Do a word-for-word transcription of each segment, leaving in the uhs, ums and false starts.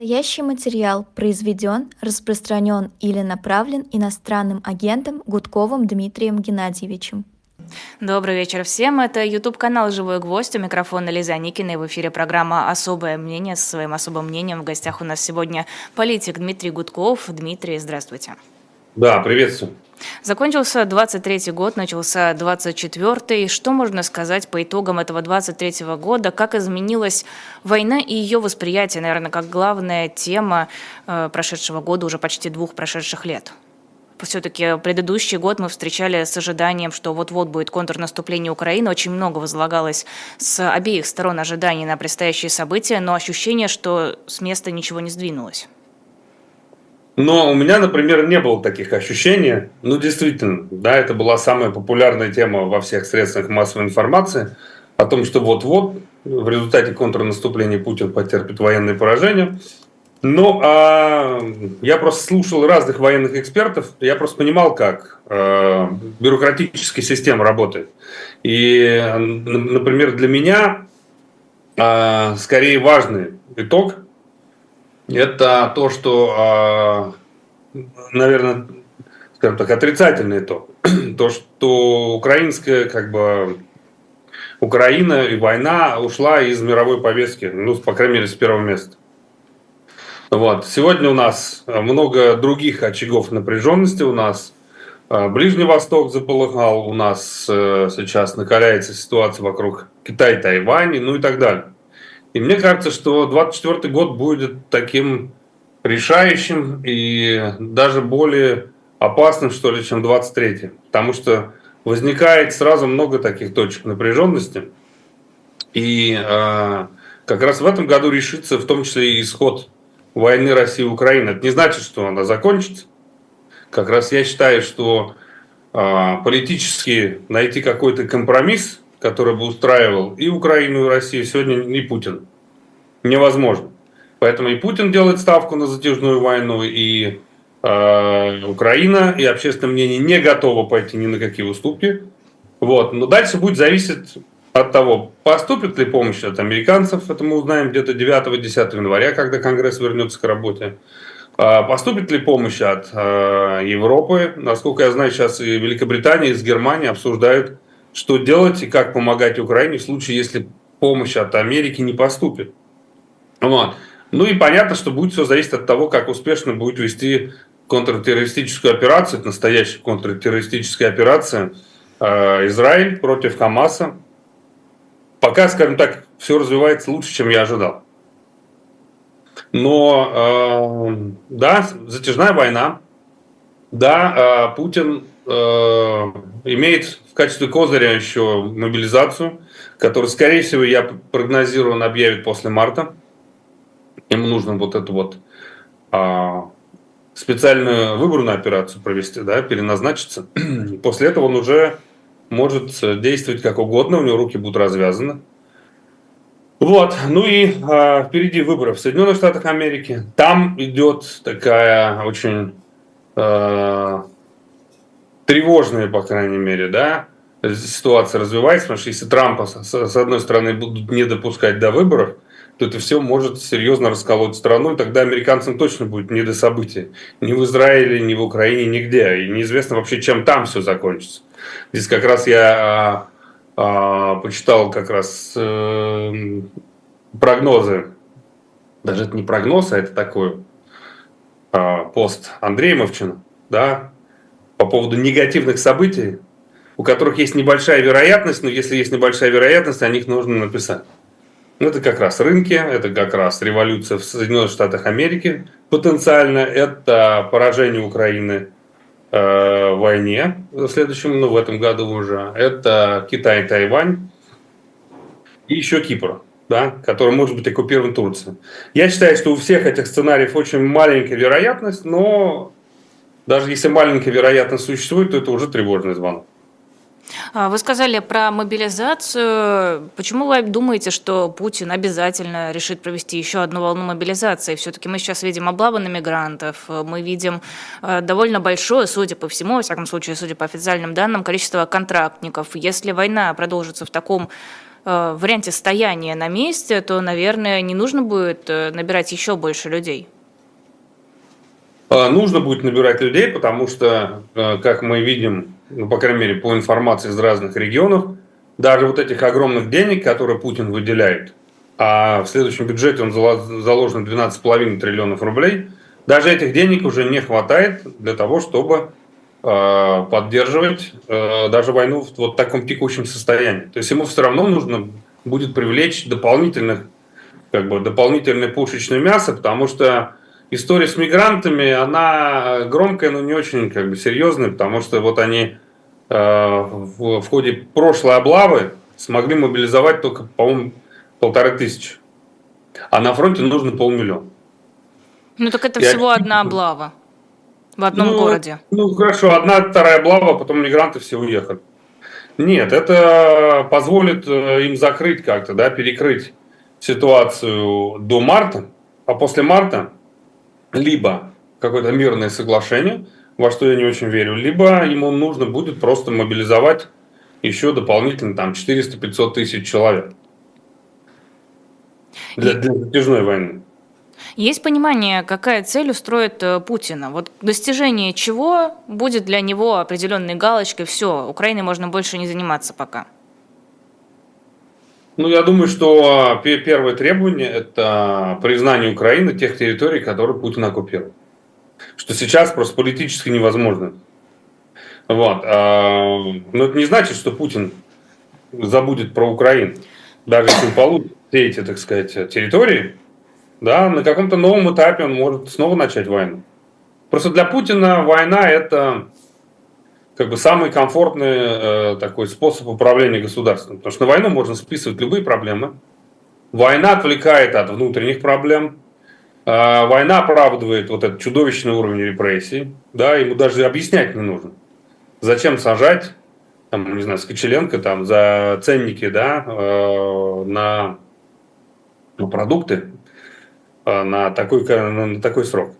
Настоящий материал произведен, распространен или направлен иностранным агентом Гудковым Дмитрием Геннадьевичем. Добрый вечер всем. Это YouTube-канал «Живой гвоздь». У микрофона Лиза Никина. И в эфире программа «Особое мнение». Со своим особым мнением в гостях у нас сегодня политик Дмитрий Гудков. Дмитрий, здравствуйте. Да, приветствую. Закончился двадцать третий год, начался двадцать четвёртый. Что можно сказать по итогам этого двадцать третьего года? Как изменилась война и ее восприятие, наверное, как главная тема э, прошедшего года, уже почти двух прошедших лет? Все-таки предыдущий год мы встречали с ожиданием, что вот-вот будет контрнаступление Украины. Очень много возлагалось с обеих сторон ожиданий на предстоящие события, но ощущение, что с места ничего не сдвинулось. Но у меня, например, не было таких ощущений. Ну, действительно, да, это была самая популярная тема во всех средствах массовой информации о том, что вот-вот в результате контрнаступления Путин потерпит военное поражение. Ну, а я просто слушал разных военных экспертов, я просто понимал, как э, бюрократическая система работает. И, например, для меня э, скорее важный итог – это то, что, э, наверное, скажем так, отрицательный итог. То, что украинская, как бы, Украина и война ушла из мировой повестки, ну, по крайней мере, с первого места. Вот. Сегодня у нас много других очагов напряженности. У нас Ближний Восток заполыхал, у нас сейчас накаляется ситуация вокруг Китая, Тайваня, ну и так далее. И мне кажется, что двадцать четвёртый год будет таким решающим и даже более опасным, что ли, чем двадцать третий. Потому что возникает сразу много таких точек напряженности. И э, как раз в этом году решится в том числе и исход войны России и Украины. Это не значит, что она закончится. Как раз я считаю, что э, политически найти какой-то компромисс, который бы устраивал и Украину, и Россию, сегодня не Путин. Невозможно. Поэтому и Путин делает ставку на затяжную войну, и э, Украина, и общественное мнение не готово пойти ни на какие уступки. Вот. Но дальше будет зависеть от того, поступит ли помощь от американцев, это мы узнаем где-то девятого-десятого января, когда Конгресс вернется к работе. Поступит ли помощь от Европы? Насколько я знаю, сейчас и Великобритания, и с Германией обсуждают, что делать и как помогать Украине в случае, если помощь от Америки не поступит. Вот. Ну и понятно, что будет все зависеть от того, как успешно будет вести контртеррористическую операцию, это настоящая контртеррористическая операция, Израиль против Хамаса. Пока, скажем так, все развивается лучше, чем я ожидал. Но, э, да, затяжная война. Да, э, Путин э, имеет в качестве козыря еще мобилизацию, которую, скорее всего, я прогнозирую, он объявит после марта. Ему нужно вот эту вот э, специальную выборную операцию провести, да, переназначиться. После этого он уже может действовать как угодно, у него руки будут развязаны. Вот, ну и э, впереди выборы в Соединенных Штатах Америки. Там идет такая очень э, тревожная, по крайней мере, да, ситуация развивается, потому что если Трампа с, с одной стороны будут не допускать до выборов, то это все может серьезно расколоть страну, и тогда американцам точно будет не до событий. Ни в Израиле, ни в Украине, нигде. И неизвестно вообще, чем там все закончится. Здесь как раз я а, а, почитал как раз э, прогнозы. Даже это не прогноз, а это такой а, пост Андрея Мовчина, да, по поводу негативных событий, у которых есть небольшая вероятность, но если есть небольшая вероятность, о них нужно написать. Это как раз рынки, это как раз революция в Соединенных Штатах Америки потенциально, это поражение Украины э, в войне в следующем, ну в этом году уже, это Китай, Тайвань и еще Кипр, да, который может быть оккупирован Турцией. Я считаю, что у всех этих сценариев очень маленькая вероятность, но даже если маленькая вероятность существует, то это уже тревожный звонок. Вы сказали про мобилизацию. Почему вы думаете, что Путин обязательно решит провести еще одну волну мобилизации? Все-таки мы сейчас видим облавы на мигрантов, мы видим довольно большое, судя по всему, во всяком случае, судя по официальным данным, количество контрактников. Если война продолжится в таком э, варианте стояния на месте, то, наверное, не нужно будет э, набирать еще больше людей. А, Нужно будет набирать людей, потому что, э, как мы видим, ну, по крайней мере, по информации из разных регионов, даже вот этих огромных денег, которые Путин выделяет, а в следующем бюджете он зало- заложено двенадцать с половиной триллионов рублей, даже этих денег уже не хватает для того, чтобы э, поддерживать э, даже войну в вот таком текущем состоянии. То есть ему все равно нужно будет привлечь дополнительных, как бы, дополнительное пушечное мясо, потому что история с мигрантами, она громкая, но не очень, как бы, серьезная, потому что вот они э, в, в ходе прошлой облавы смогли мобилизовать только, по-моему, полторы тысячи. А на фронте нужно полмиллиона. Ну так это И всего они- одна облава в одном ну, городе. Ну, хорошо, одна, вторая облава, потом мигранты все уехали. Нет, это позволит э, им закрыть как-то, да, перекрыть ситуацию до марта, а после марта либо какое-то мирное соглашение, во что я не очень верю, либо ему нужно будет просто мобилизовать еще дополнительно там четыреста-пятьсот тысяч человек для, И для затяжной войны. есть понимание, какая цель устроит э, Путина? Вот достижение чего будет для него определенной галочкой? Все, Украиной можно больше не заниматься пока. Ну, я думаю, что пе- первое требование – это признание Украины тех территорий, которые Путин оккупировал. Что сейчас просто политически невозможно. Вот. а, Но это не значит, что Путин забудет про Украину. Даже если он получит все эти, так сказать, территории, да, на каком-то новом этапе он может снова начать войну. Просто для Путина война – это как бы самый комфортный э, такой способ управления государством. Потому что на войну можно списывать любые проблемы. Война отвлекает от внутренних проблем. Э, война оправдывает вот этот чудовищный уровень репрессий. Да, ему даже объяснять не нужно. Зачем сажать, там, не знаю, Скочеленко там, за ценники, да, э, на, на продукты э, на, такой, на, на такой срок.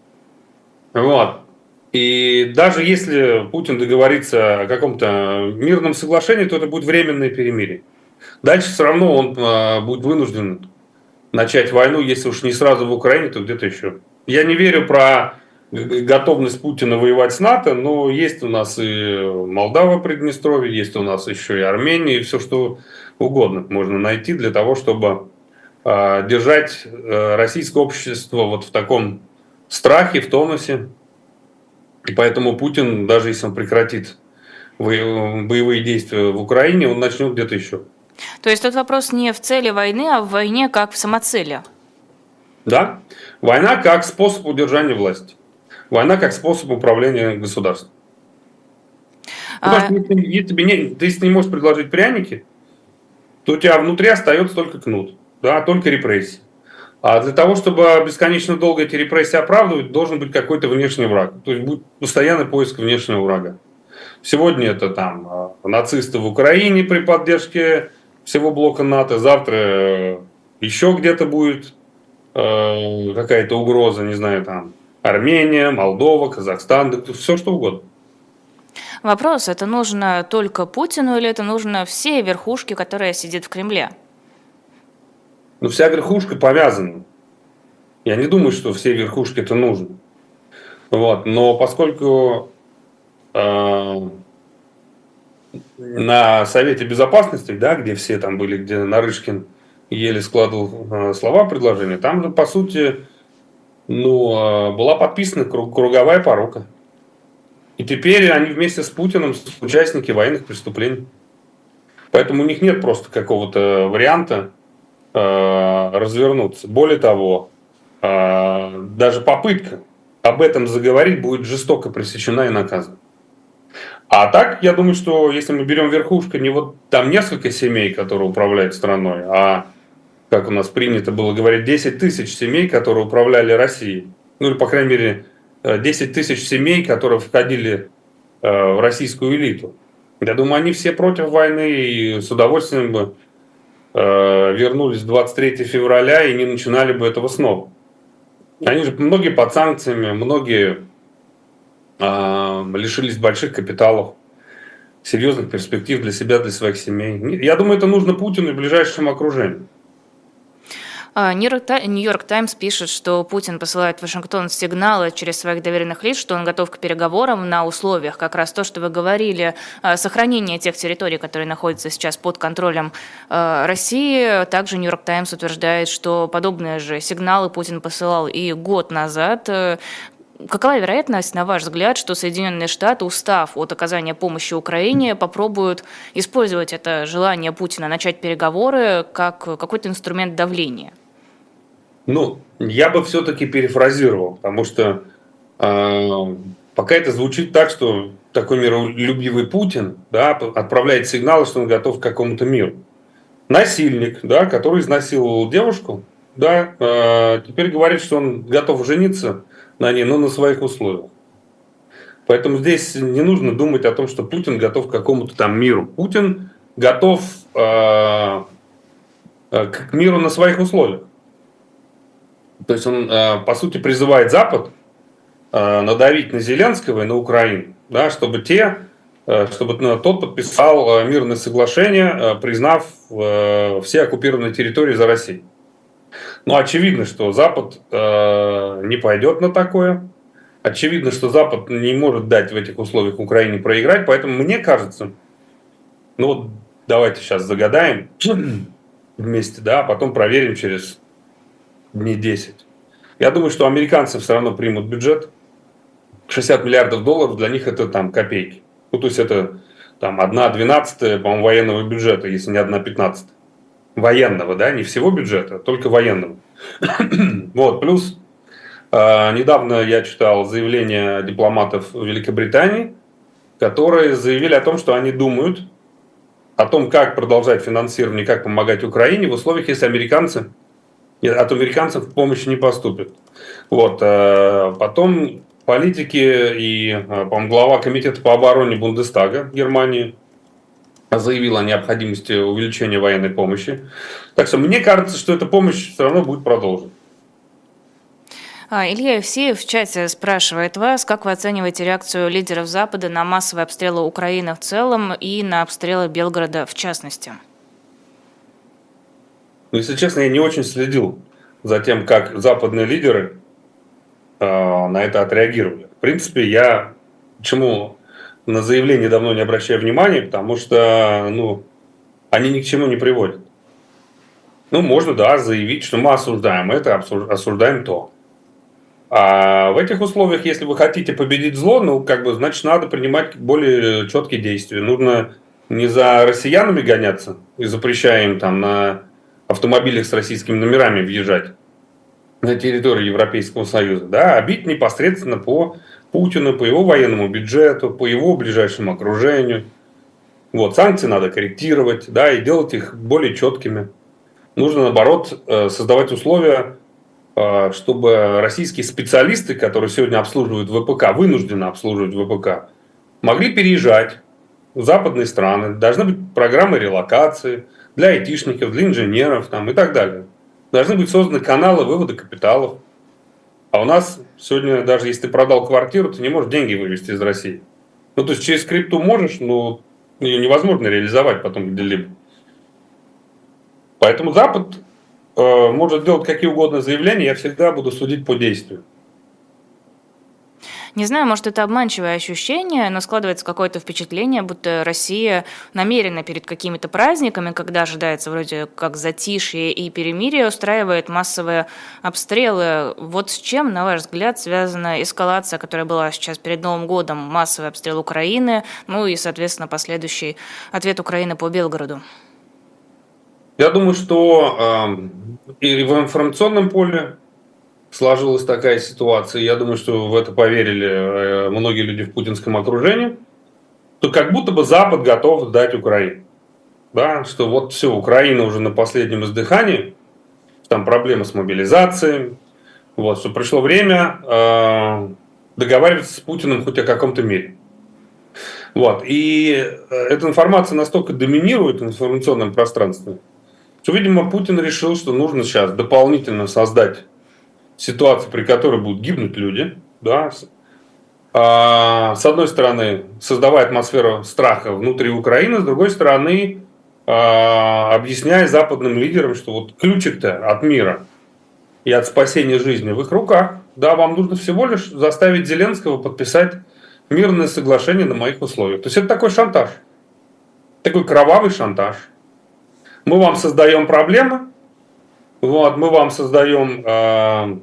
Вот. И даже если Путин договорится о каком-то мирном соглашении, то это будет временное перемирие. Дальше все равно он э, будет вынужден начать войну, если уж не сразу в Украине, то где-то еще. Я не верю про г- готовность Путина воевать с НАТО, но есть у нас и Молдава, Приднестровье, есть у нас еще и Армения, и все что угодно можно найти для того, чтобы э, держать э, российское общество вот в таком страхе, в тонусе. И поэтому Путин, даже если он прекратит во- боевые действия в Украине, он начнет где-то еще. То есть тут вопрос не в цели войны, а в войне как в самоцели. Да? Война как способ удержания власти. Война как способ управления государством. Потому А, что если, если тебе не, ты если не можешь предложить пряники, то у тебя внутри остается только кнут, да, только репрессии. А для того, чтобы бесконечно долго эти репрессии оправдывать, должен быть какой-то внешний враг. То есть будет постоянный поиск внешнего врага. Сегодня это там э, нацисты в Украине при поддержке всего блока НАТО. Завтра э, еще где-то будет э, какая-то угроза, не знаю, там Армения, Молдова, Казахстан, да, все что угодно. вопрос, это нужно только Путину или это нужно всей верхушке, которая сидит в Кремле? Но вся верхушка повязана. Я не думаю, что всей верхушке это нужно. Вот. Но поскольку э, на Совете Безопасности, да, где все там были, где Нарышкин еле складывал э, слова предложения, там же, по сути, ну, э, была подписана круг- круговая порука. И теперь они вместе с Путиным участники военных преступлений. Поэтому у них нет просто какого-то варианта э, развернуться. Более того, э, даже попытка об этом заговорить будет жестоко пресечена и наказана. А так, я думаю, что если мы берем верхушку, не вот там несколько семей, которые управляют страной, а, как у нас принято было говорить, десять тысяч семей, которые управляли Россией. Ну, или, по крайней мере, э, десять тысяч семей, которые входили э, в российскую элиту. Я думаю, они все против войны и с удовольствием бы э, вернулись двадцать третьего февраля и не начинали бы этого снова. Они же многие под санкциями, многие э, лишились больших капиталов. серьезных перспектив для себя, для своих семей. Я думаю, это нужно Путину и ближайшему окружению. Нью-Йорк Таймс пишет, что Путин посылает в Вашингтон сигналы через своих доверенных лиц, что он готов к переговорам на условиях, как раз то, что вы говорили, сохранения тех территорий, которые находятся сейчас под контролем России. Также Нью-Йорк Таймс утверждает, что подобные же сигналы Путин посылал и год назад. Какова вероятность, на ваш взгляд, что Соединенные Штаты, устав от оказания помощи Украине, попробуют использовать это желание Путина начать переговоры как какой-то инструмент давления? Ну, я бы все-таки перефразировал, потому что э, пока это звучит так, что такой миролюбивый Путин, да, отправляет сигналы, что он готов к какому-то миру. Насильник, да, который изнасиловал девушку, да, э, теперь говорит, что он готов жениться на ней, но на своих условиях. Поэтому здесь не нужно думать о том, что Путин готов к какому-то там миру. Путин готов э, к миру на своих условиях. То есть он, э, по сути, призывает Запад э, надавить на Зеленского и на Украину, да, чтобы те, э, чтобы ну, тот подписал э, мирное соглашение, э, признав э, все оккупированные территории за Россией. Но очевидно, что Запад э, не пойдет на такое. Очевидно, что Запад не может дать в этих условиях Украине проиграть. Поэтому мне кажется, ну вот давайте сейчас загадаем вместе, да, а потом проверим через дней десять. Я думаю, что американцы все равно примут бюджет. шестьдесят миллиардов долларов для них это там копейки. Ну, то есть это там одна двенадцатая, по-моему, военного бюджета, если не одна пятнадцатая. Военного, да, не всего бюджета, а только военного. Вот, плюс э, недавно я читал заявления дипломатов Великобритании, которые заявили о том, что они думают о том, как продолжать финансирование, как помогать Украине в условиях, если американцы, от американцев помощь не поступит. Вот, э, потом политики и, э, по-моему, глава комитета по обороне Бундестага Германии заявил о необходимости увеличения военной помощи. Так что мне кажется, что эта помощь все равно будет продолжена. Илья Евсеев в чате спрашивает вас, как вы оцениваете реакцию лидеров Запада на массовые обстрелы Украины в целом и на обстрелы Белгорода в частности? Ну, если честно, я не очень следил за тем, как западные лидеры э, на это отреагировали. В принципе, я почему на заявление давно не обращаю внимания, потому что ну, они ни к чему не приводят. Ну, можно, да, заявить, что мы осуждаем это, осуждаем то. А в этих условиях, если вы хотите победить зло, ну, как бы, значит, надо принимать более четкие действия. Нужно не за россиянами гоняться и запрещая им там на автомобилях с российскими номерами въезжать на территорию Европейского Союза, да, а бить непосредственно по Путину, по его военному бюджету, по его ближайшему окружению. Вот, санкции надо корректировать, да, и делать их более четкими. Нужно, наоборот, создавать условия, чтобы российские специалисты, которые сегодня обслуживают ВПК, вынуждены обслуживать ВПК, могли переезжать в западные страны. Должны быть программы релокации для айтишников, для инженеров там, и так далее. Должны быть созданы каналы вывода капиталов. А у нас сегодня, даже если ты продал квартиру, ты не можешь деньги вывести из России. Ну, то есть через крипту можешь, но ее невозможно реализовать потом где-либо. Поэтому Запад э, может делать какие угодно заявления, я всегда буду судить по действию. Не знаю, может, это обманчивое ощущение, но складывается какое-то впечатление, будто Россия намеренно перед какими-то праздниками, когда ожидается вроде как затишье и перемирие, устраивает массовые обстрелы. Вот с чем, на ваш взгляд, связана эскалация, которая была сейчас перед Новым годом, массовый обстрел Украины, ну и, соответственно, последующий ответ Украины по Белгороду? Я думаю, что э, и в информационном поле сложилась такая ситуация, я думаю, что в это поверили многие люди в путинском окружении, то как будто бы Запад готов сдать Украину. Да, что вот все, Украина уже на последнем издыхании, там проблемы с мобилизацией, вот, что пришло время э, договариваться с Путиным хоть о каком-то мире. Вот, и эта информация настолько доминирует в информационном пространстве, что, видимо, Путин решил, что нужно сейчас дополнительно создать ситуацию, при которой будут гибнуть люди, да, с одной стороны, создавая атмосферу страха внутри Украины, с другой стороны, объясняя западным лидерам, что вот ключик-то от мира и от спасения жизни в их руках. Да, вам нужно всего лишь заставить Зеленского подписать мирное соглашение на моих условиях. То есть это такой шантаж, такой кровавый шантаж. Мы вам создаем проблемы, вот, мы вам создаем э,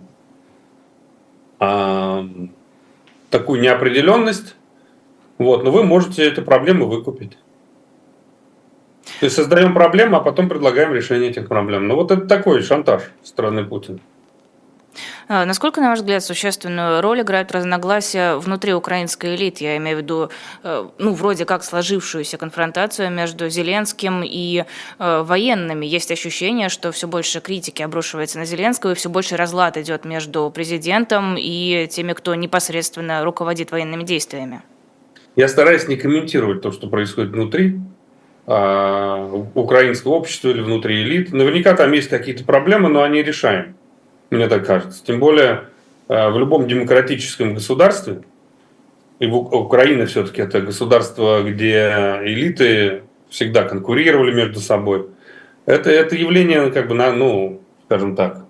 э, такую неопределенность, вот, но вы можете эту проблему выкупить. То есть создаем проблемы, а потом предлагаем решение этих проблем. Ну вот это такой шантаж со стороны Путина. Насколько, на ваш взгляд, существенную роль играют разногласия внутри украинской элиты? Я имею в виду, ну, вроде как сложившуюся конфронтацию между Зеленским и э, военными. Есть ощущение, что все больше критики обрушивается на Зеленского, и все больше разлад идет между президентом и теми, кто непосредственно руководит военными действиями. Я стараюсь не комментировать то, что происходит внутри э, украинского общества или внутри элит. Наверняка там есть какие-то проблемы, но они решаемы. Мне так кажется. Тем более в любом демократическом государстве, и Украина все-таки это государство, где элиты всегда конкурировали между собой, это, это явление, как бы, ну, скажем так,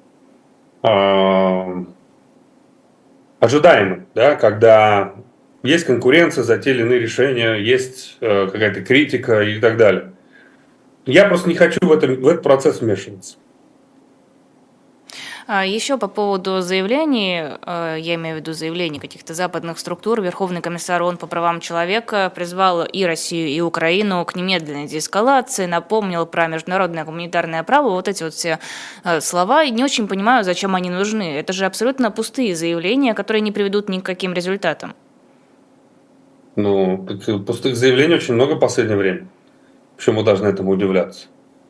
ожидаемое, да, когда есть конкуренция за те или иные решения, есть какая-то критика и так далее. Я просто не хочу в, этом, в этот процесс вмешиваться. Еще по поводу заявлений, я имею в виду заявлений каких-то западных структур, Верховный комиссар ООН по правам человека призвал и Россию, и Украину к немедленной деэскалации, напомнил про международное гуманитарное право. Вот эти вот все слова. И не очень понимаю, зачем они нужны. Это же абсолютно пустые заявления, которые не приведут ни к каким результатам. Ну, пустых заявлений очень много в последнее время. Почему мы должны этому удивляться?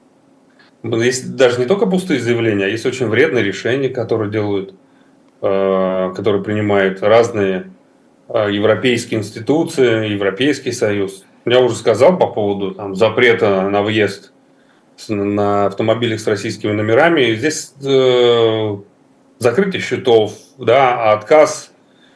Есть даже не только пустые заявления, а есть очень вредные решения, которые делают, э, которые принимают разные э, европейские институции, Европейский Союз. Я уже сказал по поводу там, запрета на въезд на автомобилях с российскими номерами. Здесь э, закрытие счетов, да, отказ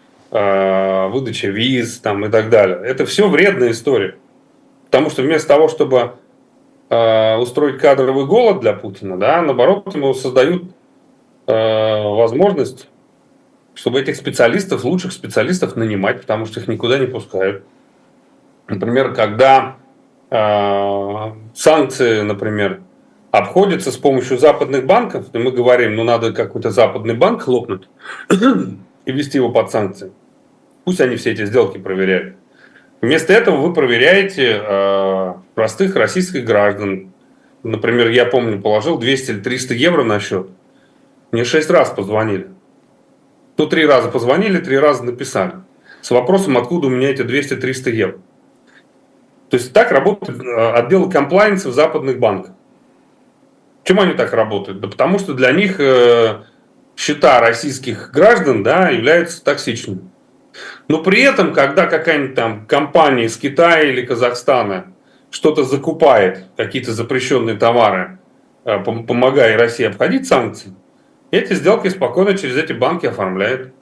э, выдачи виз там, и так далее. Это все вредная история. Потому что вместо того, чтобы устроить кадровый голод для Путина, да, наоборот, ему создают э, возможность, чтобы этих специалистов, лучших специалистов нанимать, потому что их никуда не пускают. Например, когда э, санкции, например, обходятся с помощью западных банков, и мы говорим, ну надо какой-то западный банк хлопнуть и ввести его под санкции. Пусть они все эти сделки проверяют. Вместо этого вы проверяете э, простых российских граждан. Например, я помню, положил двести или триста евро на счет. Мне шесть раз позвонили. То три раза позвонили, три раза написали. С вопросом, откуда у меня эти двести-триста евро. То есть так работают отделы комплайенса в западных банках. Почему они так работают? Да потому что для них э, счета российских граждан, да, являются токсичными. Но при этом, когда какая-нибудь там компания из Китая или Казахстана что-то закупает, какие-то запрещенные товары, помогая России обходить санкции, эти сделки спокойно через эти банки оформляют.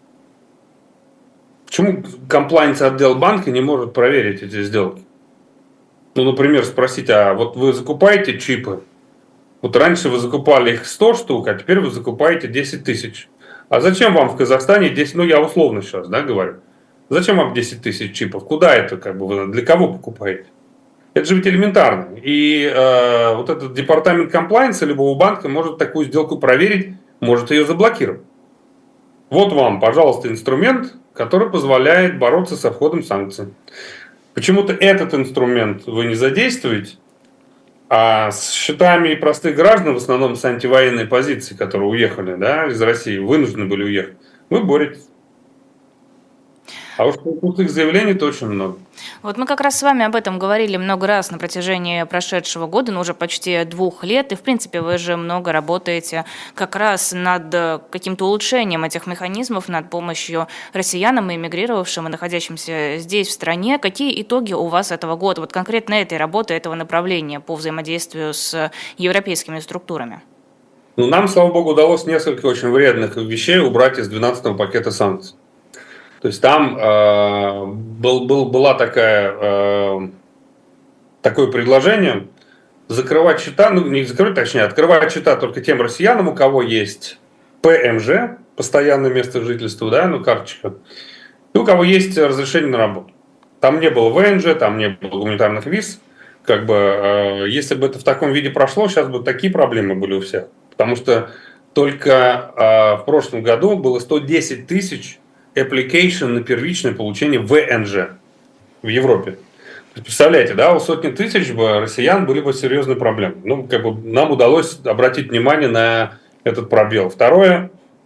Почему комплайнс отдел банка не может проверить эти сделки? Ну, например, спросить, а вот вы закупаете чипы? Вот раньше вы закупали их сто штук, а теперь вы закупаете десять тысяч. А зачем вам в Казахстане десять, ну я условно сейчас, да, говорю, зачем вам десять тысяч чипов? Куда это, как бы, вы для кого покупаете? Это же ведь элементарно. И э, вот этот департамент комплайенса любого банка может такую сделку проверить, может ее заблокировать. Вот вам, пожалуйста, инструмент, который позволяет бороться с обходом санкций. Почему-то этот инструмент вы не задействуете, а с счетами простых граждан, в основном с антивоенной позиции, которые уехали, да, из России, вынуждены были уехать, вы боретесь. А уж пустых заявлений-то очень много. Вот мы как раз с вами об этом говорили много раз на протяжении прошедшего года, ну уже почти двух лет, и в принципе вы же много работаете как раз над каким-то улучшением этих механизмов, над помощью россиянам, эмигрировавшим и находящимся здесь, в стране. Какие итоги у вас этого года, вот конкретно этой работы, этого направления по взаимодействию с европейскими структурами? Ну, нам, слава богу, удалось несколько очень вредных вещей убрать из двенадцатого пакета санкций. То есть там э, был, был, была такая, э, такое предложение закрывать счета, ну не закрывать, точнее, открывать счета только тем россиянам, у кого есть ПМЖ, постоянное место жительства, да, ну карточка, и у кого есть разрешение на работу. Там не было ВНЖ, там не было гуманитарных виз. Как бы, э, если бы это в таком виде прошло, сейчас бы такие проблемы были у всех. Потому что только э, в прошлом году было сто десять тысяч application на первичное получение ВНЖ в Европе. Представляете, да, у сотни тысяч бы россиян были бы серьезные проблемы. Ну, как бы нам удалось обратить внимание на этот пробел. Второе,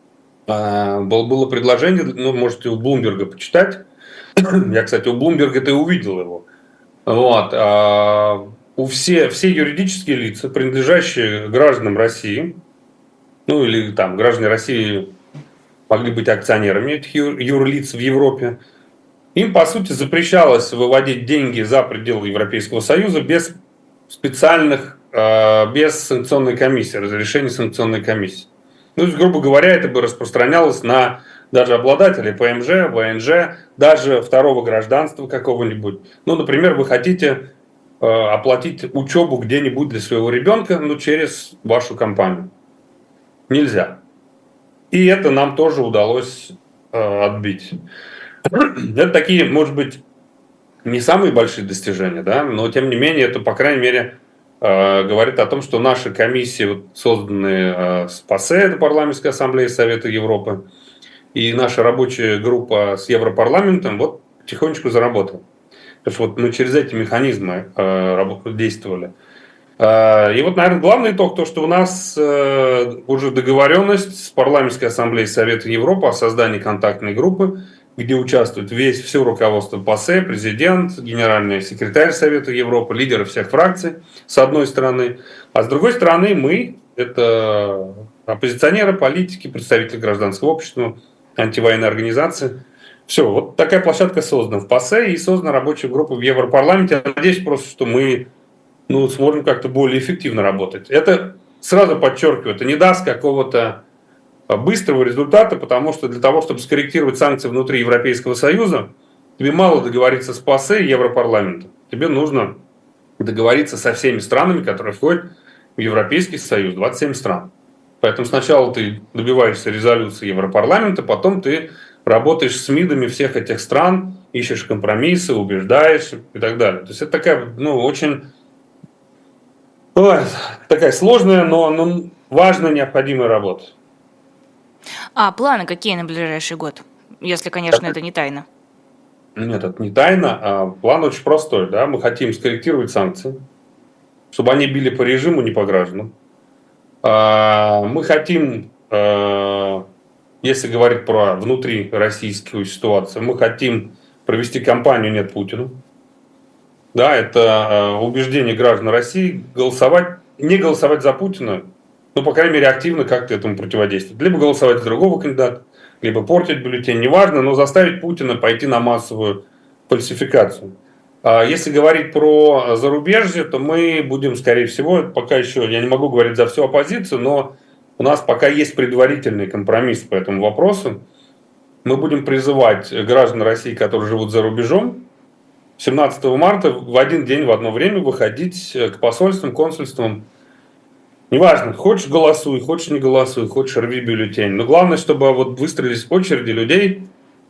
э, было предложение, ну, можете у Блумберга почитать. Я, кстати, у Блумберга ты увидел его. Вот. А у все, все юридические лица, принадлежащие гражданам России, ну или там граждане России могли быть акционерами этих юр, юрлиц в Европе, им, по сути, запрещалось выводить деньги за пределы Европейского Союза без специальных, без санкционной комиссии, разрешения санкционной комиссии. Ну, то есть, грубо говоря, это бы распространялось на даже обладателей ПМЖ, ВНЖ, даже второго гражданства какого-нибудь. Ну, например, вы хотите э, оплатить учебу где-нибудь для своего ребенка, ну, через вашу компанию. Нельзя. И это нам тоже удалось э, отбить. Это такие, может быть, не самые большие достижения, да, но тем не менее, это, по крайней мере, э, говорит о том, что наши комиссии, вот, созданные э, с ПАСЕ, это Парламентская ассамблея Совета Европы, и наша рабочая группа с Европарламентом вот потихонечку заработала. Потому что вот мы через эти механизмы э, действовали. Э, и вот, наверное, главный итог, то, что у нас э, уже договоренность с Парламентской ассамблеей Совета Европы о создании контактной группы, где участвует весь, все руководство ПАСЕ, президент, генеральный секретарь Совета Европы, лидеры всех фракций, с одной стороны. А с другой стороны, мы, это оппозиционеры, политики, представители гражданского общества, антивоенной организации. Все, вот такая площадка создана в ПАСЕ и создана рабочая группа в Европарламенте. Я надеюсь просто, что мы ну, сможем как-то более эффективно работать. Это, сразу подчеркиваю, это не даст какого-то быстрого результата, потому что для того, чтобы скорректировать санкции внутри Европейского Союза, тебе мало договориться с ПАСЕ и Европарламентом. Тебе нужно договориться со всеми странами, которые входят в Европейский Союз, двадцать семь стран. Поэтому сначала ты добиваешься резолюции Европарламента, потом ты работаешь с МИДами всех этих стран, ищешь компромиссы, убеждаешь и так далее. То есть это такая, ну, очень ой, такая сложная, но, но важная, необходимая работа. А планы какие на ближайший год? Если, конечно, это не тайна. Нет, это не тайна. А план очень простой. Да? Мы хотим скорректировать санкции, чтобы они били по режиму, не по гражданам. Мы хотим, если говорить про внутрироссийскую ситуацию, мы хотим провести кампанию «Нет Путину». Да, это убеждение граждан России голосовать, не голосовать за Путина, но, по крайней мере, активно как-то этому противодействовать. Либо голосовать за другого кандидата, либо портить бюллетень, неважно, но заставить Путина пойти на массовую фальсификацию. Если говорить про зарубежье, то мы будем, скорее всего, пока еще, я не могу говорить за всю оппозицию, но у нас пока есть предварительный компромисс по этому вопросу. Мы будем призывать граждан России, которые живут за рубежом, семнадцатого марта в один день, в одно время выходить к посольствам, консульствам. Неважно, хочешь голосуй, хочешь не голосуй, хочешь рви бюллетень. Но главное, чтобы вот выстроились очереди людей,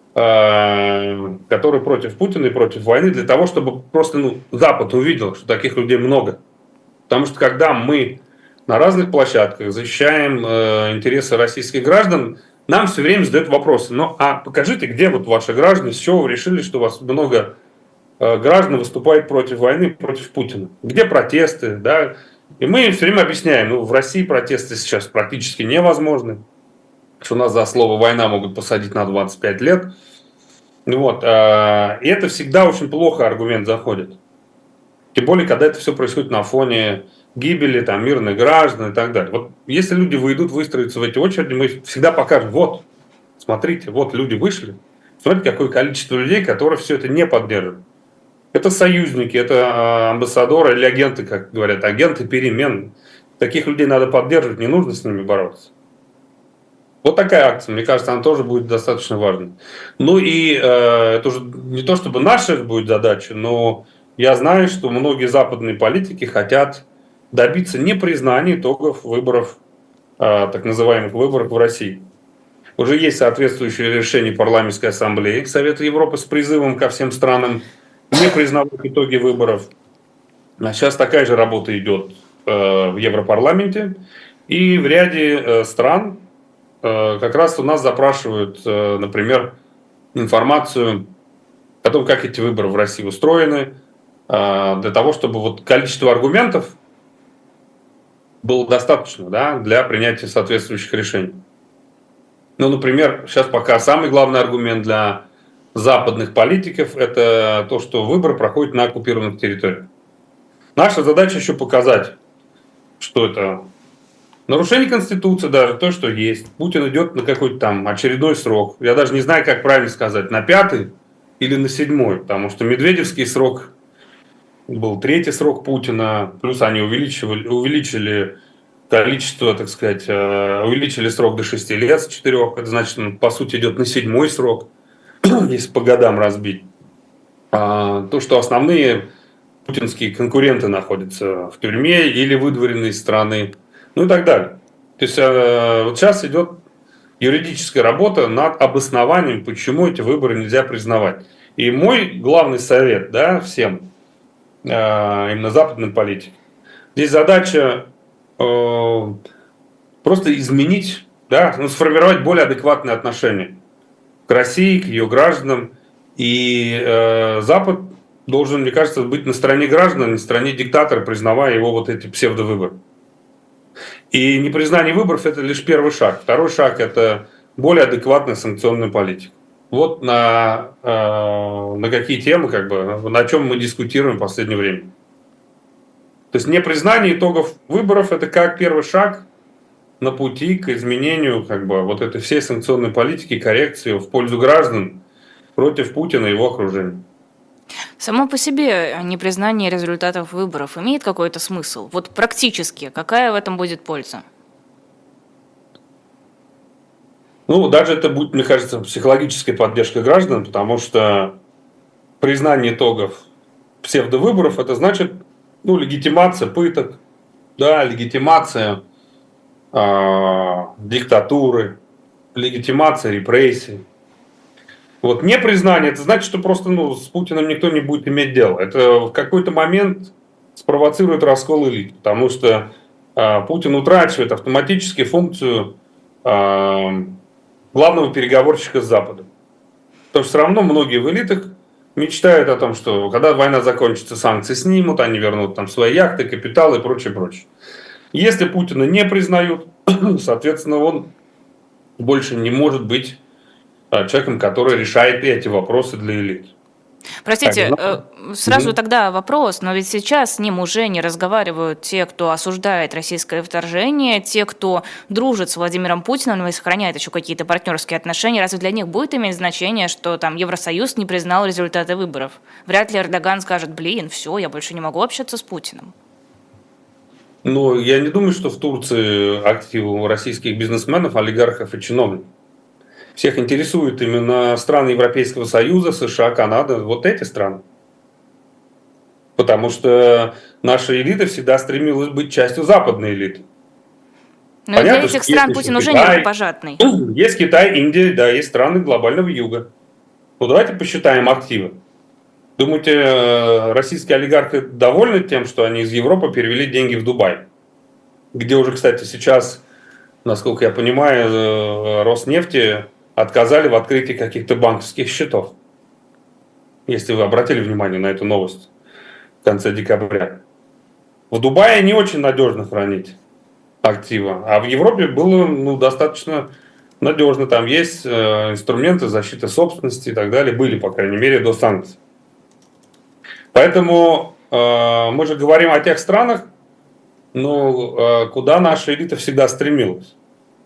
которые против Путина и против войны, для того, чтобы просто ну, Запад увидел, что таких людей много. Потому что когда мы на разных площадках защищаем э, интересы российских граждан, нам все время задают вопросы. Ну, а покажите, где вот ваши граждане, с чего вы решили, что у вас много э, граждан выступает против войны, против Путина? Где протесты, да? И мы все время объясняем, ну, в России протесты сейчас практически невозможны, что нас за слово «война» могут посадить на двадцать пять лет. Вот. И это всегда очень плохо аргумент заходит. Тем более, когда это все происходит на фоне гибели там, мирных граждан и так далее. Вот если люди выйдут, выстроятся в эти очереди, мы всегда покажем, вот, смотрите, вот люди вышли. Смотрите, какое количество людей, которые все это не поддерживают. Это союзники, это амбассадоры или агенты, как говорят, агенты перемен. Таких людей надо поддерживать, не нужно с ними бороться. Вот такая акция, мне кажется, она тоже будет достаточно важной. Ну и э, это уже не то, чтобы наша будет задача, но я знаю, что многие западные политики хотят добиться непризнания итогов выборов, э, так называемых выборов в России. Уже есть соответствующее решение парламентской ассамблеи Совета Европы с призывом ко всем странам не признавать итоги выборов. А сейчас такая же работа идет э, в Европарламенте. И в ряде э, стран э, как раз у нас запрашивают, э, например, информацию о том, как эти выборы в России устроены, э, для того, чтобы вот количество аргументов было достаточно, да, для принятия соответствующих решений. Ну, например, сейчас пока самый главный аргумент для западных политиков – это то, что выборы проходят на оккупированных территориях. Наша задача еще показать, что это нарушение Конституции, даже то, что есть. Путин идет на какой-то там очередной срок. Я даже не знаю, как правильно сказать, на пятый или на седьмой, потому что медведевский срок был третий срок Путина, плюс они увеличивали, увеличили количество, так сказать, увеличили срок до шести лет с четырёх. Это значит, он, по сути, идет на седьмой срок, если по годам разбить. А, то, что основные путинские конкуренты находятся в тюрьме или выдворены из страны, ну и так далее. То есть вот сейчас идет юридическая работа над обоснованием, почему эти выборы нельзя признавать. И мой главный совет, да, всем, именно западным политикам, здесь задача э, просто изменить, да, ну, сформировать более адекватные отношения к России, к ее гражданам. И э, Запад должен, мне кажется, быть на стороне граждан, а не на стороне диктатора, признавая его вот эти псевдовыборы. И непризнание выборов – это лишь первый шаг. Второй шаг – это более адекватная санкционная политика. Вот на, э, на какие темы, как бы, на чем мы дискутируем в последнее время. То есть непризнание итогов выборов – это как первый шаг на пути к изменению, как бы, вот этой всей санкционной политики, коррекции в пользу граждан против Путина и его окружения. Само по себе непризнание результатов выборов имеет какой-то смысл? Вот практически, какая в этом будет польза? Ну, даже это будет, мне кажется, психологической поддержкой граждан, потому что признание итогов псевдовыборов – это значит, ну, легитимация пыток, да, легитимация э, диктатуры, легитимация репрессий. Вот непризнание – это значит, что просто, ну, с Путиным никто не будет иметь дела. Это в какой-то момент спровоцирует раскол элит, потому что э, Путин утрачивает автоматически функцию э, главного переговорщика с Западом. Потому что все равно многие в элитах мечтают о том, что когда война закончится, санкции снимут, они вернут там свои яхты, капитал и прочее, прочее. Если Путина не признают, соответственно, он больше не может быть человеком, который решает эти вопросы для элит. Простите, так, ну, сразу mm-hmm. тогда вопрос, но ведь сейчас с ним уже не разговаривают те, кто осуждает российское вторжение, те, кто дружит с Владимиром Путиным и сохраняет еще какие-то партнерские отношения. Разве для них будет иметь значение, что там Евросоюз не признал результаты выборов? Вряд ли Эрдоган скажет: блин, все, я больше не могу общаться с Путиным. Ну, я не думаю, что в Турции активы российских бизнесменов, олигархов и чиновников. Всех интересуют именно страны Европейского Союза, США, Канада, вот эти страны. Потому что наша элита всегда стремилась быть частью западной элиты. Но для этих стран Путин уже не рукопожатный. Есть Китай, Индия, да, есть страны глобального юга. Ну, давайте посчитаем активы. Думаете, российские олигархи довольны тем, что они из Европы перевели деньги в Дубай? Где уже, кстати, сейчас, насколько я понимаю, Роснефти отказали в открытии каких-то банковских счетов. Если вы обратили внимание на эту новость в конце декабря. В Дубае не очень надежно хранить активы, а в Европе было, ну, достаточно надежно. Там есть э, инструменты защиты собственности и так далее. Были, по крайней мере, до санкций. Поэтому э, мы же говорим о тех странах, ну, э, куда наша элита всегда стремилась.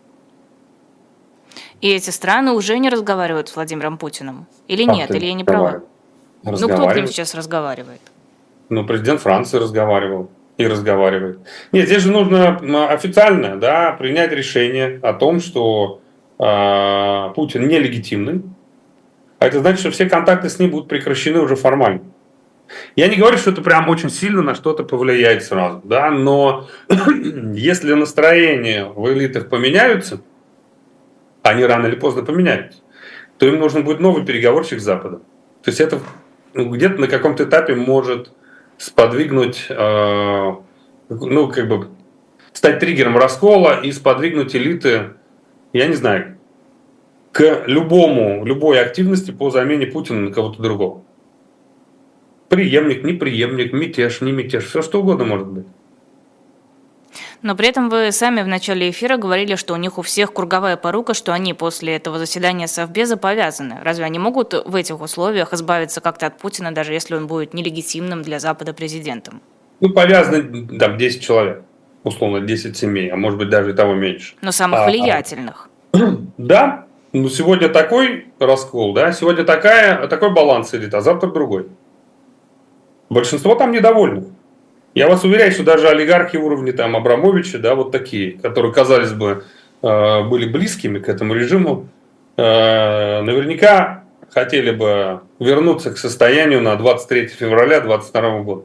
И эти страны уже не разговаривают с Владимиром Путиным? Или а нет? Или я не права? Ну, кто к ним сейчас разговаривает? Ну, президент Франции разговаривал и разговаривает. Нет, здесь же нужно официально, да, принять решение о том, что э, Путин нелегитимный, а это значит, что все контакты с ним будут прекращены уже формально. Я не говорю, что это прям очень сильно на что-то повлияет сразу, да, но если настроения в элитах поменяются, они рано или поздно поменяются, то им нужен будет новый переговорщик с Западом. То есть это где-то на каком-то этапе может сподвигнуть, э, ну, как бы, стать триггером раскола и сподвигнуть элиты, я не знаю, к любому, любой активности по замене Путина на кого-то другого. Преемник, непреемник, мятеж, не мятеж, все что угодно может быть. Но при этом вы сами в начале эфира говорили, что у них у всех круговая порука, что они после этого заседания Совбеза повязаны. Разве они могут в этих условиях избавиться как-то от Путина, даже если он будет нелегитимным для Запада президентом? Ну, повязаны там десять человек, условно десять семей, а может быть даже и того меньше. Но самых а, влиятельных. Да, но сегодня такой раскол, да, сегодня такая, такой баланс идет, а завтра другой. Большинство там недовольны. Я вас уверяю, что даже олигархи уровня там Абрамовича, да, вот такие, которые, казалось бы, были близкими к этому режиму, наверняка хотели бы вернуться к состоянию на двадцать третьего февраля две тысячи двадцать второго года.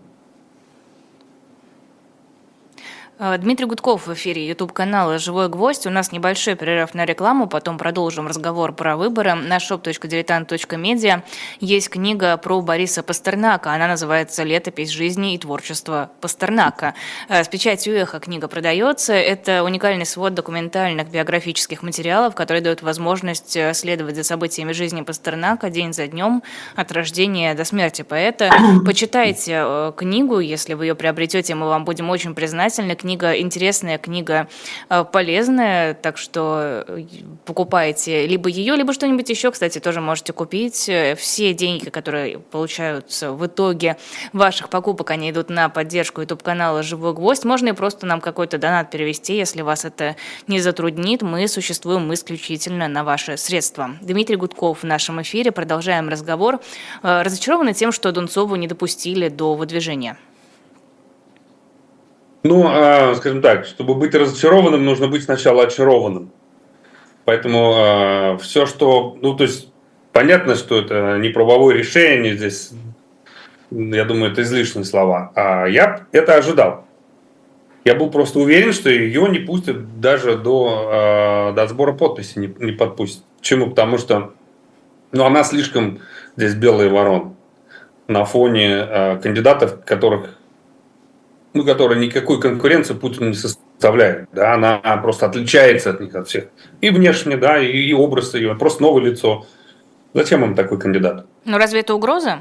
Дмитрий Гудков в эфире YouTube-канала «Живой гвоздь». У нас небольшой перерыв на рекламу, потом продолжим разговор про выборы. На shop точка дилетант точка медиа есть книга про Бориса Пастернака. Она называется «Летопись жизни и творчества Пастернака». С печатью «Эхо» книга продается. Это уникальный свод документальных биографических материалов, который дает возможность следовать за событиями жизни Пастернака день за днем, от рождения до смерти поэта. Почитайте книгу, если вы ее приобретете, мы вам будем очень признательны. Книга интересная, книга полезная, так что покупайте либо ее, либо что-нибудь еще, кстати, тоже можете купить. Все деньги, которые получаются в итоге ваших покупок, они идут на поддержку YouTube-канала «Живой гвоздь». Можно и просто нам какой-то донат перевести, если вас это не затруднит. Мы существуем исключительно на ваши средства. Дмитрий Гудков в нашем эфире. Продолжаем разговор. Разочарованы тем, что Дунцову не допустили до выдвижения? Ну, скажем так, чтобы быть разочарованным, нужно быть сначала очарованным. Поэтому все, что... Ну, то есть, понятно, что это не правовое решение, здесь, я думаю, это излишние слова. А я это ожидал. Я был просто уверен, что ее не пустят даже до, до сбора подписи, не, не подпустят. Почему? Потому что ну, она слишком здесь белая ворона на фоне кандидатов, которых... ну, которая никакой конкуренции Путину не составляет. Да, она просто отличается от них, от всех. И внешне, да, и, и образ ее, просто новое лицо. Зачем им такой кандидат? Ну, разве это угроза?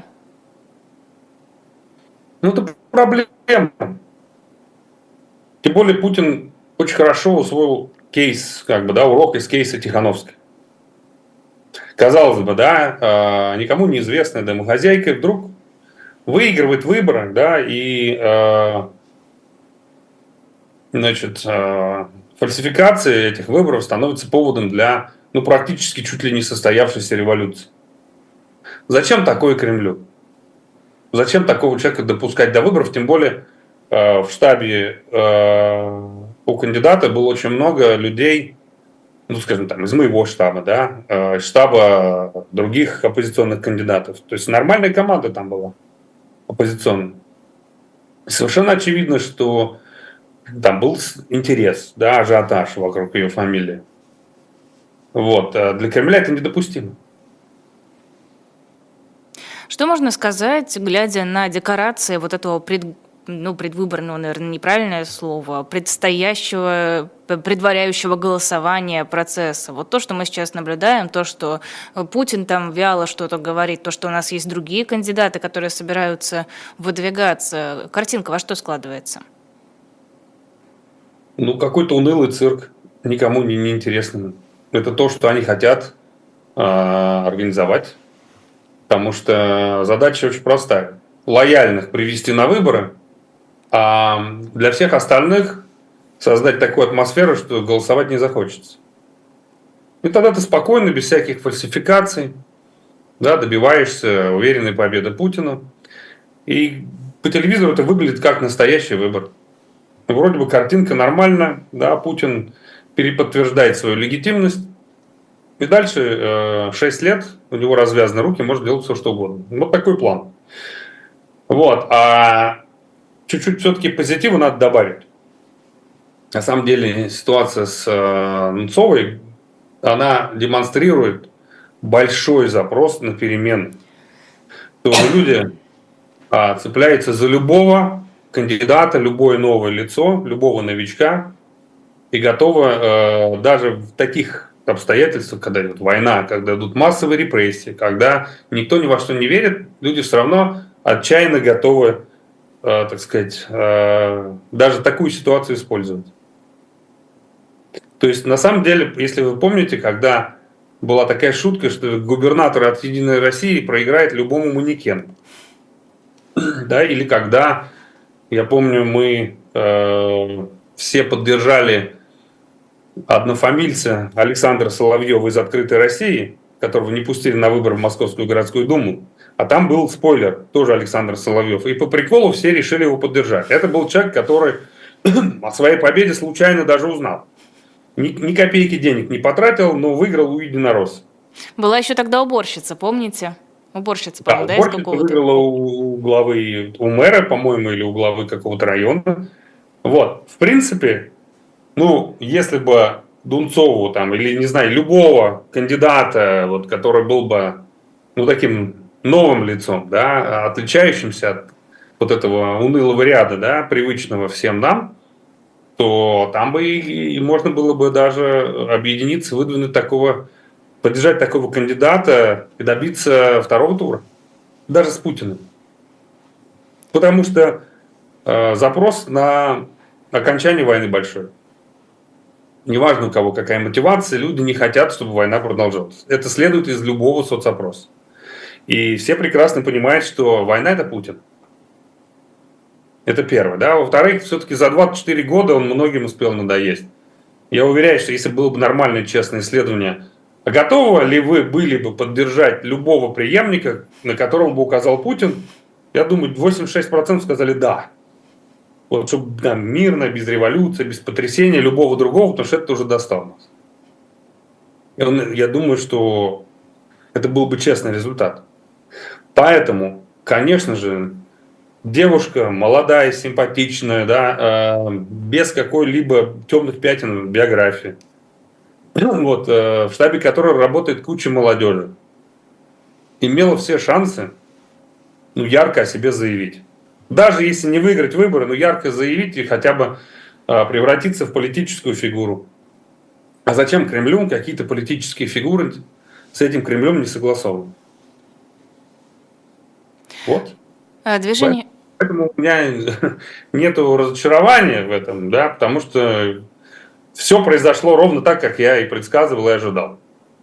Ну, это проблема. Тем более Путин очень хорошо усвоил кейс, как бы, да, урок из кейса Тихановской. Казалось бы, да, никому неизвестная домохозяйка вдруг выигрывает выборы, да, и... Значит, фальсификация этих выборов становится поводом для, ну, практически чуть ли не состоявшейся революции. Зачем такое Кремлю? Зачем такого человека допускать до выборов? Тем более в штабе у кандидата было очень много людей, ну, скажем так, из моего штаба, да, штаба других оппозиционных кандидатов. То есть нормальная команда там была оппозиционная. Совершенно очевидно, что там был интерес, да, ажиотаж вокруг ее фамилии. Вот. Для Кремля это недопустимо. Что можно сказать, глядя на декорации вот этого пред, ну, предвыборного, наверное, неправильное слово, предстоящего, предваряющего голосования процесса? Вот то, что мы сейчас наблюдаем, то, что Путин там вяло что-то говорит, то, что у нас есть другие кандидаты, которые собираются выдвигаться. Картинка во что складывается? Ну, какой-то унылый цирк, никому не, не интересно. Это то, что они хотят э, организовать, потому что задача очень простая. Лояльных привести на выборы, а для всех остальных создать такую атмосферу, что голосовать не захочется. И тогда ты спокойно, без всяких фальсификаций, да, добиваешься уверенной победы Путина. И по телевизору это выглядит как настоящий выбор. Вроде бы картинка нормальная, да, Путин переподтверждает свою легитимность, И дальше э, шесть лет у него развязаны руки, может делать все, что угодно. Вот такой план. Вот. А чуть-чуть все-таки позитива надо добавить. На самом деле ситуация с э, Немцовой, она демонстрирует большой запрос на перемены. То люди а, цепляются за любого кандидата, любое новое лицо, любого новичка и готовы э, даже в таких обстоятельствах, когда идет война, когда идут массовые репрессии, когда никто ни во что не верит, люди все равно отчаянно готовы, э, так сказать, э, даже такую ситуацию использовать. То есть, на самом деле, если вы помните, когда была такая шутка, что губернатор от «Единой России» проиграет любому манекену. Да, или когда, я помню, мы э, все поддержали однофамильца Александра Соловьева из «Открытой России», которого не пустили на выборы в Московскую городскую думу, а там был спойлер, тоже Александр Соловьев. И по приколу все решили его поддержать. Это был человек, который о своей победе случайно даже узнал. Ни, ни копейки денег не потратил, но выиграл у единоросса. Была еще тогда уборщица, помните? Уборщица, Да, по-моему, да, из уборщица какого-то? выиграла у главы, у мэра, по-моему, или у главы какого-то района. Вот, в принципе, ну, если бы Дунцову там, или, не знаю, любого кандидата, вот, который был бы, ну, таким новым лицом, да, отличающимся от вот этого унылого ряда, да, привычного всем нам, то там бы и, и можно было бы даже объединиться, выдвинуть такого, поддержать такого кандидата и добиться второго тура, даже с Путиным. Потому что э, запрос на окончание войны большой. Неважно у кого какая мотивация, люди не хотят, чтобы война продолжалась. Это следует из любого соцопроса. И все прекрасно понимают, что война – это Путин. Это первое. Да? Во-вторых, все-таки за двадцать четыре года он многим успел надоесть. Я уверяю, что если было бы нормальное честное исследование, а готовы ли вы были бы поддержать любого преемника, на которого бы указал Путин, я думаю, восемьдесят шесть процентов сказали «да». Вот, чтобы да, мирно, без революции, без потрясения любого другого, потому что это уже достало нас. И я думаю, что это был бы честный результат. Поэтому, конечно же, девушка молодая, симпатичная, да, э, без какой-либо темных пятен в биографии, вот, э, в штабе которой работает куча молодежи, имела все шансы, ну, ярко о себе заявить. Даже если не выиграть выборы, но ярко заявить и хотя бы э, превратиться в политическую фигуру. А зачем Кремлю какие-то политические фигуры с этим Кремлем не согласованы? Вот. А, движение... Поэтому у меня нет разочарования в этом, да, потому что все произошло ровно так, как я и предсказывал, и ожидал.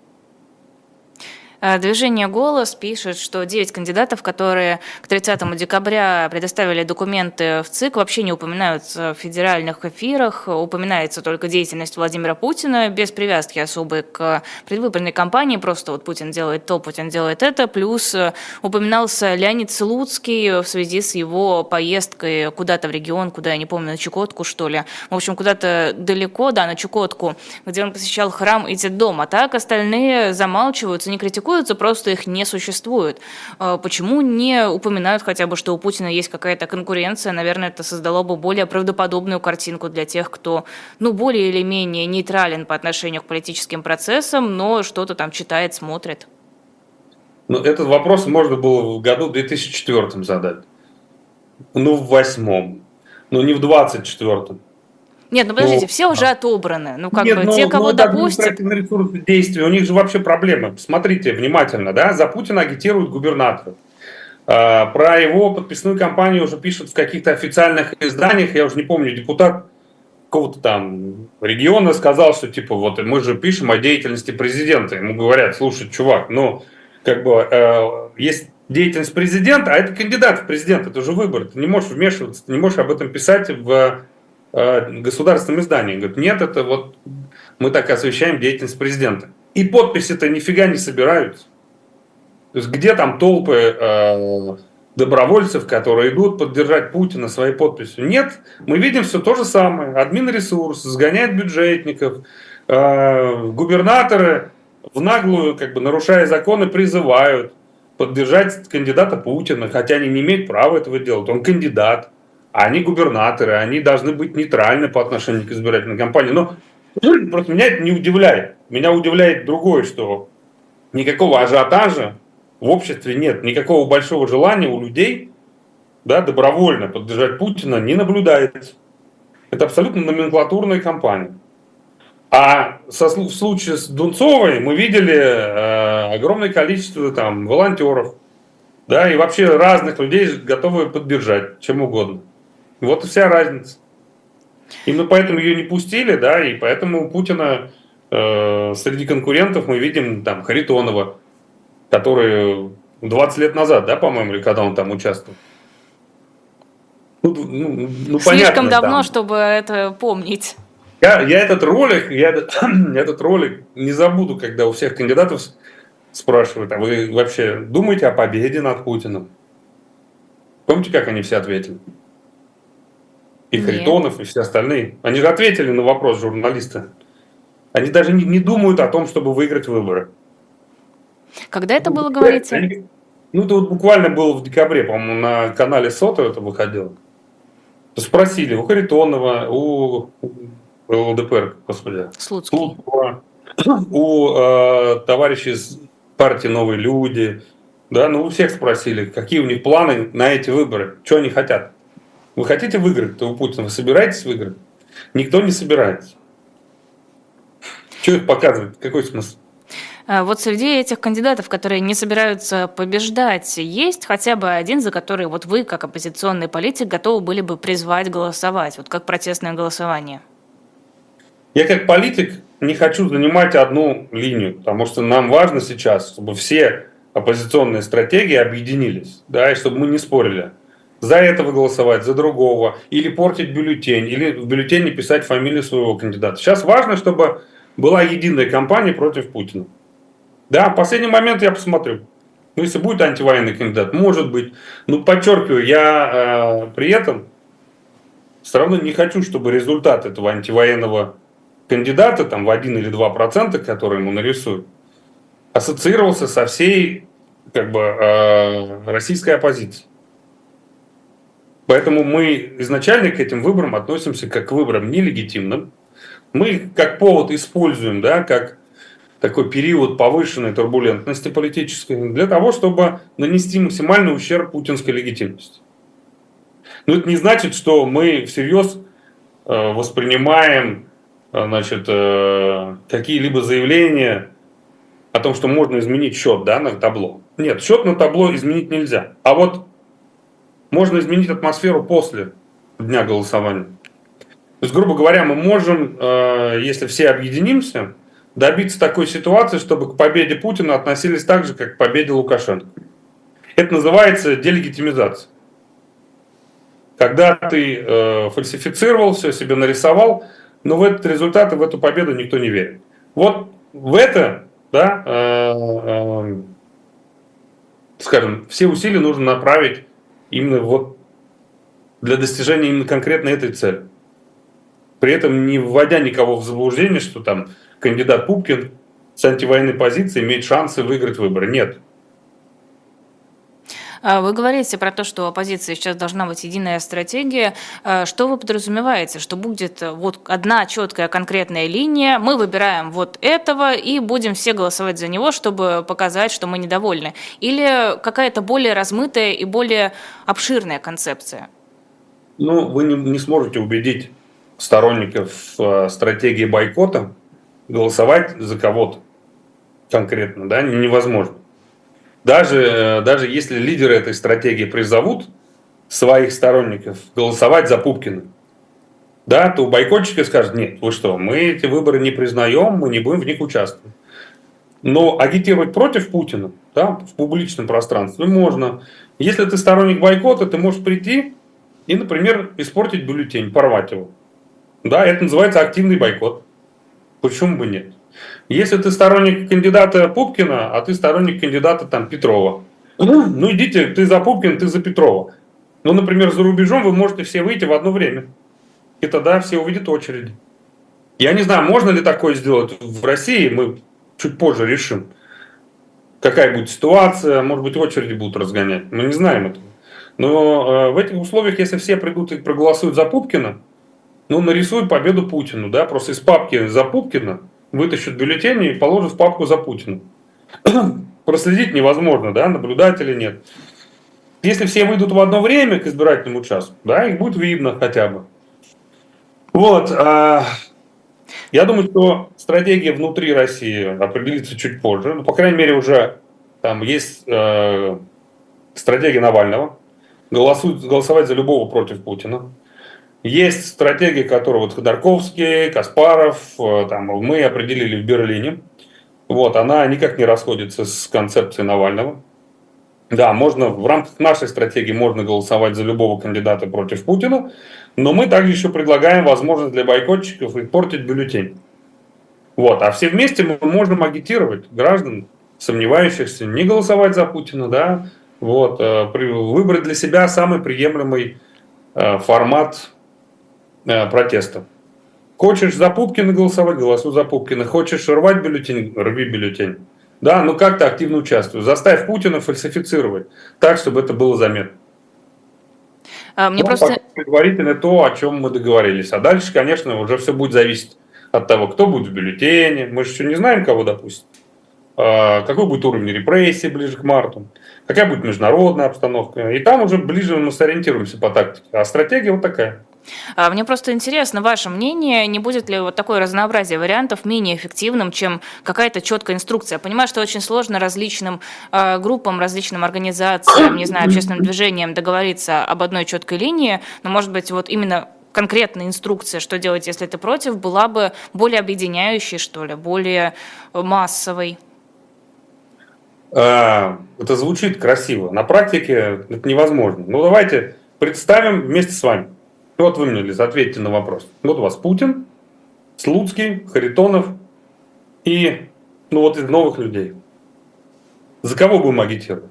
Движение «Голос» пишет, что девять кандидатов, которые к тридцатому декабря предоставили документы в ЦИК, вообще не упоминаются в федеральных эфирах. Упоминается только деятельность Владимира Путина, без привязки особой к предвыборной кампании. Просто вот Путин делает то, Путин делает это. Плюс упоминался Леонид Слуцкий в связи с его поездкой куда-то в регион, куда, я не помню, на Чукотку, что ли. В общем, куда-то далеко, да, на Чукотку, где он посещал храм и детдом. А так остальные замалчиваются, не критикуют, просто их не существует. Почему не упоминают хотя бы, что у Путина есть какая-то конкуренция? Наверное, это создало бы более правдоподобную картинку для тех, кто, ну, более или менее нейтрален по отношению к политическим процессам, но что-то там читает, смотрит. Ну, этот вопрос можно было в году две тысячи четвёртом задать. Ну, в восьмом. Ну, не в двадцать четвёртом. Нет, ну подождите, ну, все уже отобраны. Ну, как нет, бы, ну, те, кого ну, допустят... на ресурсы действия, у них же вообще проблемы. Смотрите внимательно, да, за Путина агитируют губернаторы. А, про его подписную кампанию уже пишут в каких-то официальных изданиях, я уже не помню, депутат какого-то там региона сказал, что типа вот мы же пишем о деятельности президента. Ему говорят, слушай, чувак, ну, как бы э, есть деятельность президента, а это кандидат в президент, это же выбор, ты не можешь вмешиваться, ты не можешь об этом писать в государственном издании. Говорит, нет, это вот мы так освещаем деятельность президента. И подписи-то нифига не собираются. То есть где там толпы э, добровольцев, которые идут поддержать Путина своей подписью? Нет, мы видим все то же самое. Админресурс сгоняет бюджетников, э, губернаторы в наглую, как бы нарушая законы, призывают поддержать кандидата Путина, хотя они не имеют права этого делать. Он кандидат, а они губернаторы, они должны быть нейтральны по отношению к избирательной кампании. Но просто меня это не удивляет. Меня удивляет другое, что никакого ажиотажа в обществе нет, никакого большого желания у людей, да, добровольно поддержать Путина не наблюдается. Это абсолютно номенклатурная кампания. А со, в случае с Дунцовой мы видели э, огромное количество там волонтеров, да, и вообще разных людей, готовые поддержать чем угодно. Вот и вся разница. И мы поэтому ее не пустили, да, и поэтому у Путина э, среди конкурентов мы видим там Харитонова, который двадцать лет назад, да, по-моему, или когда он там участвовал. Ну, ну, ну, Слишком понятно, давно, там. чтобы это помнить. Я, я этот ролик, я этот, этот ролик не забуду, когда у всех кандидатов спрашивают, а вы вообще думаете о победе над Путиным? Помните, как они все ответили? И Нет. Харитонов, и все остальные. Они же ответили на вопрос журналиста. Они даже не, не думают о том, чтобы выиграть выборы. Когда это было, говорится? Они, ну, это вот буквально было в декабре, по-моему, на канале Сото это выходило. Спросили у Харитонова, у ЛДПР, господи, Слуцкий. Слуцкого, у э, товарищей из партии «Новые люди», да, ну у всех спросили, какие у них планы на эти выборы, что они хотят. Вы хотите выиграть-то у Путина? Вы собираетесь выиграть? Никто не собирается. Что их показывать? Какой смысл? Вот среди этих кандидатов, которые не собираются побеждать, есть хотя бы один, за который вот вы, как оппозиционный политик, готовы были бы призвать голосовать, вот как протестное голосование? Я как политик не хочу занимать одну линию, потому что нам важно сейчас, чтобы все оппозиционные стратегии объединились, да, и чтобы мы не спорили. За этого голосовать, за другого, или портить бюллетень, или в бюллетене писать фамилию своего кандидата. Сейчас важно, чтобы была единая кампания против Путина. Да, в последний момент я посмотрю. Ну, если будет антивоенный кандидат, может быть. Но подчеркиваю, я э, при этом все равно не хочу, чтобы результат этого антивоенного кандидата там, в один или два процента, которые ему нарисуют, ассоциировался со всей как бы, э, российской оппозицией. Поэтому мы изначально к этим выборам относимся как к выборам нелегитимным. Мы их как повод используем, да, как такой период повышенной турбулентности политической, для того, чтобы нанести максимальный ущерб путинской легитимности. Но это не значит, что мы всерьез э, воспринимаем э, значит, э, какие-либо заявления о том, что можно изменить счет, да, на табло. Нет, счет на табло изменить нельзя. А вот можно изменить атмосферу после дня голосования. То есть, грубо говоря, мы можем, э, если все объединимся, добиться такой ситуации, чтобы к победе Путина относились так же, как к победе Лукашенко. Это называется делегитимизация. Когда ты э, фальсифицировал, все себе нарисовал, но в этот результат и в эту победу никто не верит. Вот в это, да, э, э, скажем, все усилия нужно направить именно вот для достижения именно конкретно этой цели. При этом не вводя никого в заблуждение, что там кандидат Пупкин с антивоенной позицией имеет шансы выиграть выборы. Нет. Вы говорите про то, что у оппозиции сейчас должна быть единая стратегия. Что вы подразумеваете? Что будет вот одна четкая конкретная линия, мы выбираем вот этого и будем все голосовать за него, чтобы показать, что мы недовольны? Или какая-то более размытая и более обширная концепция? Ну, вы не, не сможете убедить сторонников э, стратегии бойкота голосовать за кого-то конкретно, да, невозможно. Даже, даже если лидеры этой стратегии призовут своих сторонников голосовать за Пупкина, да, то бойкотчики скажут: нет, вы что, мы эти выборы не признаем, мы не будем в них участвовать. Но агитировать против Путина, да, в публичном пространстве можно. Если ты сторонник бойкота, ты можешь прийти и, например, испортить бюллетень, порвать его. Да, это называется активный бойкот. Почему бы нет? Если ты сторонник кандидата Пупкина, а ты сторонник кандидата там, Петрова, ну идите, ты за Пупкина, ты за Петрова. Ну, например, за рубежом вы можете все выйти в одно время. И тогда все увидят очереди. Я не знаю, можно ли такое сделать в России. Мы чуть позже решим, какая будет ситуация, может быть, очереди будут разгонять. Мы не знаем этого. Но э, в этих условиях, если все придут и проголосуют за Пупкина, ну, нарисуют победу Путину, да, просто из папки за Пупкина вытащат бюллетени и положат в папку за Путина. Проследить невозможно, да, наблюдателей нет. Если все выйдут в одно время к избирательному участку, да, их будет видно хотя бы. Вот. А, я думаю, что стратегия внутри России определится чуть позже. Ну, по крайней мере, уже там есть э, стратегия Навального. Голосуют, голосовать за любого против Путина. Есть стратегия, которую вот Ходорковский, Каспаров, э, там, мы определили в Берлине. Вот, она никак не расходится с концепцией Навального. Да, можно в рамках нашей стратегии можно голосовать за любого кандидата против Путина, но мы также еще предлагаем возможность для бойкотчиков и портить бюллетень. Вот, а все вместе мы можем агитировать граждан, сомневающихся, не голосовать за Путина, да, вот, выбрать для себя самый приемлемый формат протеста. Хочешь за Пупкина голосовать, голосуй за Пупкина. Хочешь рвать бюллетень, рви бюллетень. Да, ну как-то активно участвуй. Заставь Путина фальсифицировать так, чтобы это было заметно. А, мне ну, просто... Предварительно то, о чем мы договорились. А дальше, конечно, уже все будет зависеть от того, кто будет в бюллетене. Мы же еще не знаем, кого допустят. Какой будет уровень репрессий ближе к марту. Какая будет международная обстановка. И там уже ближе мы сориентируемся по тактике. А стратегия вот такая. Мне просто интересно ваше мнение, не будет ли вот такое разнообразие вариантов менее эффективным, чем какая-то четкая инструкция? Я понимаю, что очень сложно различным э, группам, различным организациям, не знаю, общественным движениям договориться об одной четкой линии, но, может быть, вот именно конкретная инструкция, что делать, если ты против, была бы более объединяющей, что ли, более массовой? Это звучит красиво. На практике это невозможно. Ну, давайте представим вместе с вами. Вот вы мне, Лиза, ответьте на вопрос. Вот у вас Путин, Слуцкий, Харитонов и, ну вот из новых людей. За кого будем агитировать?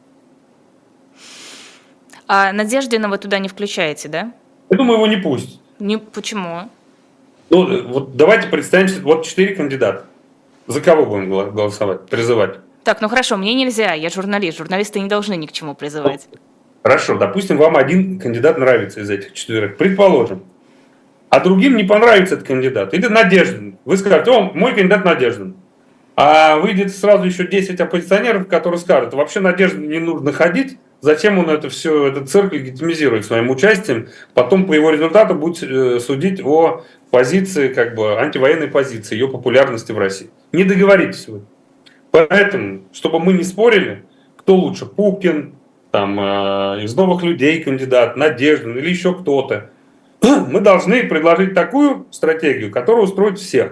А Надеждина вы туда не включаете, да? Я думаю, его не пустят. Не, почему? Ну, вот давайте представим, вот четыре кандидата. За кого будем голосовать, призывать? Так, ну хорошо, мне нельзя, я журналист. Журналисты не должны ни к чему призывать. Хорошо, допустим, вам один кандидат нравится из этих четверых, предположим. А другим не понравится этот кандидат. Или Надеждин. Вы скажете, о, мой кандидат Надеждин. А выйдет сразу еще десять оппозиционеров, которые скажут, вообще Надеждину не нужно ходить, зачем он это все, этот цирк легитимизирует своим участием, потом по его результату будет судить о позиции, как бы антивоенной позиции, ее популярности в России. Не договоритесь вы. Поэтому, чтобы мы не спорили, кто лучше, Пупкин, там, э, из новых людей кандидат, Надеждин или еще кто-то, мы должны предложить такую стратегию, которая устроит всех.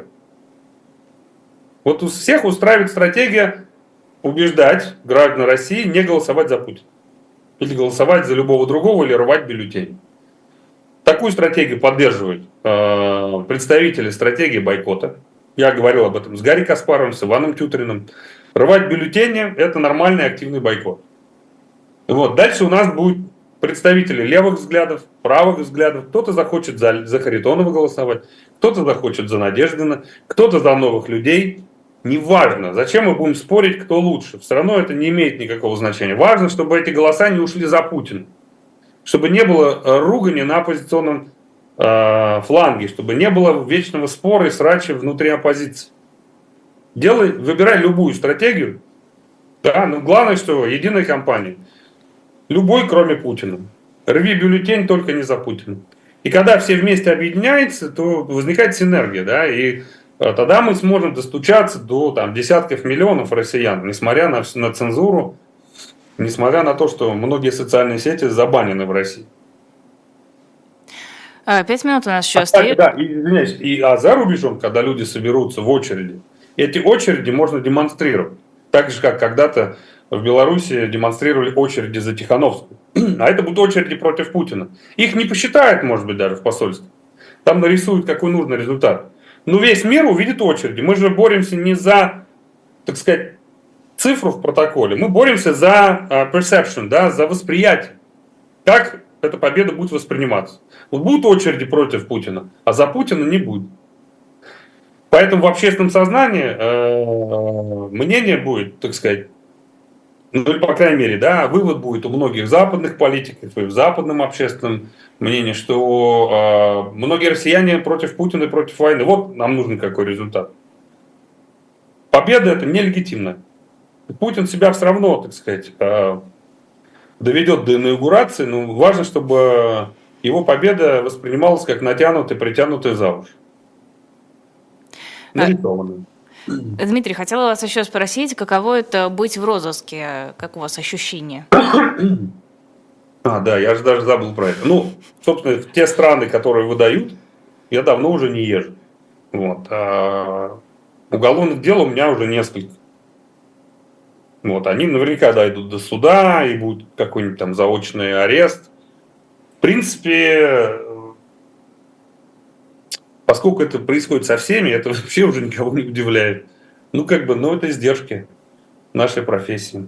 Вот у всех устраивает стратегия убеждать граждан России не голосовать за Путина. Или голосовать за любого другого, или рвать бюллетень. Такую стратегию поддерживают э, представители стратегии бойкота. Я говорил об этом с Гарри Каспаровым, с Иваном Тюториным. Рвать бюллетени – это нормальный активный бойкот. Вот. Дальше у нас будут представители левых взглядов, правых взглядов. Кто-то захочет за, за Харитонова голосовать, кто-то захочет за Надеждина, кто-то за новых людей. Неважно, зачем мы будем спорить, кто лучше. Все равно это не имеет никакого значения. Важно, чтобы эти голоса не ушли за Путина. Чтобы не было ругани на оппозиционном э, фланге, чтобы не было вечного спора и срача внутри оппозиции. Делай, выбирай любую стратегию. Да, но главное, что единая кампания. Любой, кроме Путина. Рви бюллетень, только не за Путина. И когда все вместе объединяются, то возникает синергия, да, и тогда мы сможем достучаться до там, десятков миллионов россиян, несмотря на, на цензуру, несмотря на то, что многие социальные сети забанены в России. А, пять минут у нас еще а, остается. Да, и, извиняюсь, и, а за рубежом, когда люди соберутся в очереди, эти очереди можно демонстрировать. Так же, как когда-то в Беларуси демонстрировали очереди за Тихановскую. А это будут очереди против Путина. Их не посчитают, может быть, даже в посольстве. Там нарисуют, какой нужный результат. Но весь мир увидит очереди. Мы же боремся не за, так сказать, цифру в протоколе. Мы боремся за uh, perception, да, за восприятие. Как эта победа будет восприниматься. Вот будут очереди против Путина, а за Путина не будет. Поэтому в общественном сознании э, мнение будет, так сказать, ну или по крайней мере, да, вывод будет у многих западных политиков и в западном общественном мнении, что э, многие россияне против Путина и против войны. Вот нам нужен какой результат. Победа это нелегитимно. Путин себя все равно, так сказать, э, доведет до инаугурации, но важно, чтобы его победа воспринималась как натянутая, притянутая за уши. Нарисованная. Дмитрий, хотела вас еще спросить, каково это быть в розыске? Как у вас ощущения? А, да, я же даже забыл про это. Ну, собственно, в те страны, которые выдают, я давно уже не езжу. Вот. А уголовных дел у меня уже несколько. Вот. Они наверняка дойдут до суда, и будет какой-нибудь там заочный арест. В принципе, поскольку это происходит со всеми, это вообще уже никого не удивляет. Ну, как бы, ну, это издержки нашей профессии.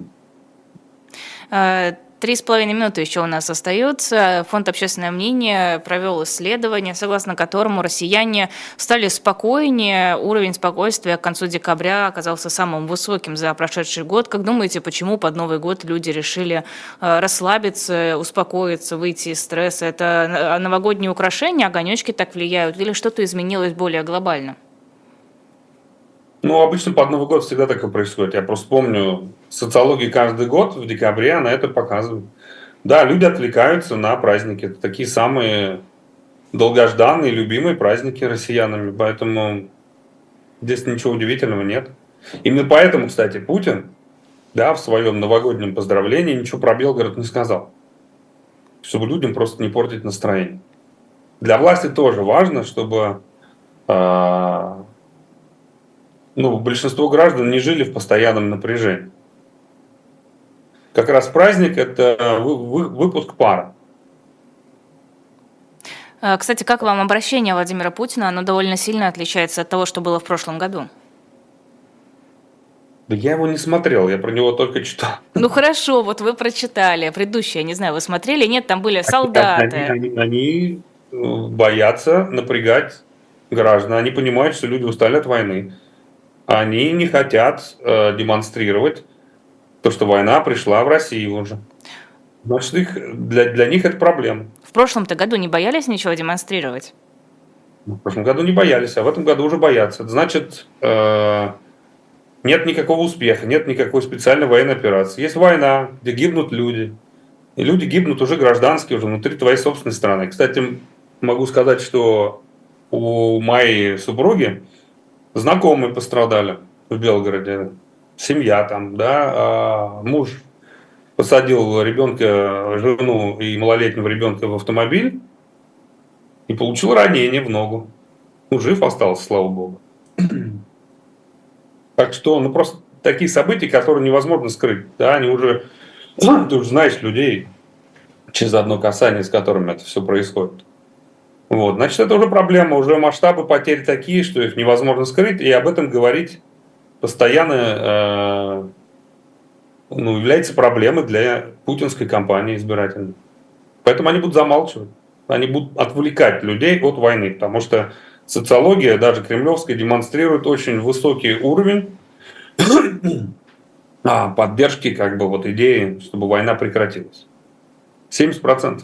Три с половиной минуты еще у нас остается. Фонд «Общественное мнение» провел исследование, согласно которому россияне стали спокойнее. Уровень спокойствия к концу декабря оказался самым высоким за прошедший год. Как думаете, почему под Новый год люди решили расслабиться, успокоиться, выйти из стресса? Это новогодние украшения, огонечки так влияют? Или что-то изменилось более глобально? Ну, обычно под Новый год всегда такое происходит. Я просто помню, социология каждый год в декабре, она это показывает. Да, люди отвлекаются на праздники. Это такие самые долгожданные, любимые праздники россиянами. Поэтому здесь ничего удивительного нет. Именно поэтому, кстати, Путин, да, в своем новогоднем поздравлении ничего про Белгород не сказал. Чтобы людям просто не портить настроение. Для власти тоже важно, чтобы... Э- Ну, большинство граждан не жили в постоянном напряжении. Как раз праздник – это выпуск пара. Кстати, как вам обращение Владимира Путина? Оно довольно сильно отличается от того, что было в прошлом году. Да я его не смотрел, я про него только читал. Ну хорошо, вот вы прочитали. Предыдущее, не знаю, вы смотрели? Нет, там были солдаты. Они, они, они боятся напрягать граждан. Они понимают, что люди устали от войны. Они не хотят э, демонстрировать то, что война пришла в Россию уже. Значит, их, для, для них это проблема. В прошлом-то году не боялись ничего демонстрировать? В прошлом году не боялись, а в этом году уже боятся. Это значит, э, нет никакого успеха, нет никакой специальной военной операции. Есть война, где гибнут люди. И люди гибнут уже гражданские, уже внутри твоей собственной страны. Кстати, могу сказать, что у моей супруги знакомые пострадали в Белгороде, семья там, да, а муж посадил ребенка, жену и малолетнего ребенка в автомобиль и получил ранение в ногу. Ну, жив остался, слава богу. Так что, ну, просто такие события, которые невозможно скрыть, да, они уже, ты уже знаешь людей через одно касание, с которыми это все происходит. Вот, значит, это уже проблема, уже масштабы потерь такие, что их невозможно скрыть, и об этом говорить постоянно э, ну, является проблемой для путинской кампании избирательной. Поэтому они будут замалчивать, они будут отвлекать людей от войны, потому что социология, даже кремлевская, демонстрирует очень высокий уровень поддержки как бы, вот, идеи, чтобы война прекратилась. семьдесят процентов.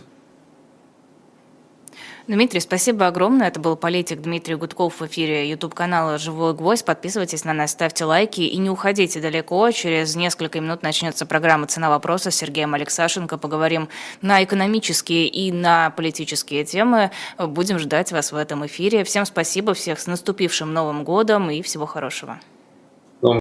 Дмитрий, спасибо огромное. Это был политик Дмитрий Гудков в эфире YouTube-канала «Живой гвоздь». Подписывайтесь на нас, ставьте лайки и не уходите далеко. Через несколько минут начнется программа «Цена вопроса» с Сергеем Алексашенко. Поговорим на экономические и на политические темы. Будем ждать вас в этом эфире. Всем спасибо, всех с наступившим Новым годом и всего хорошего.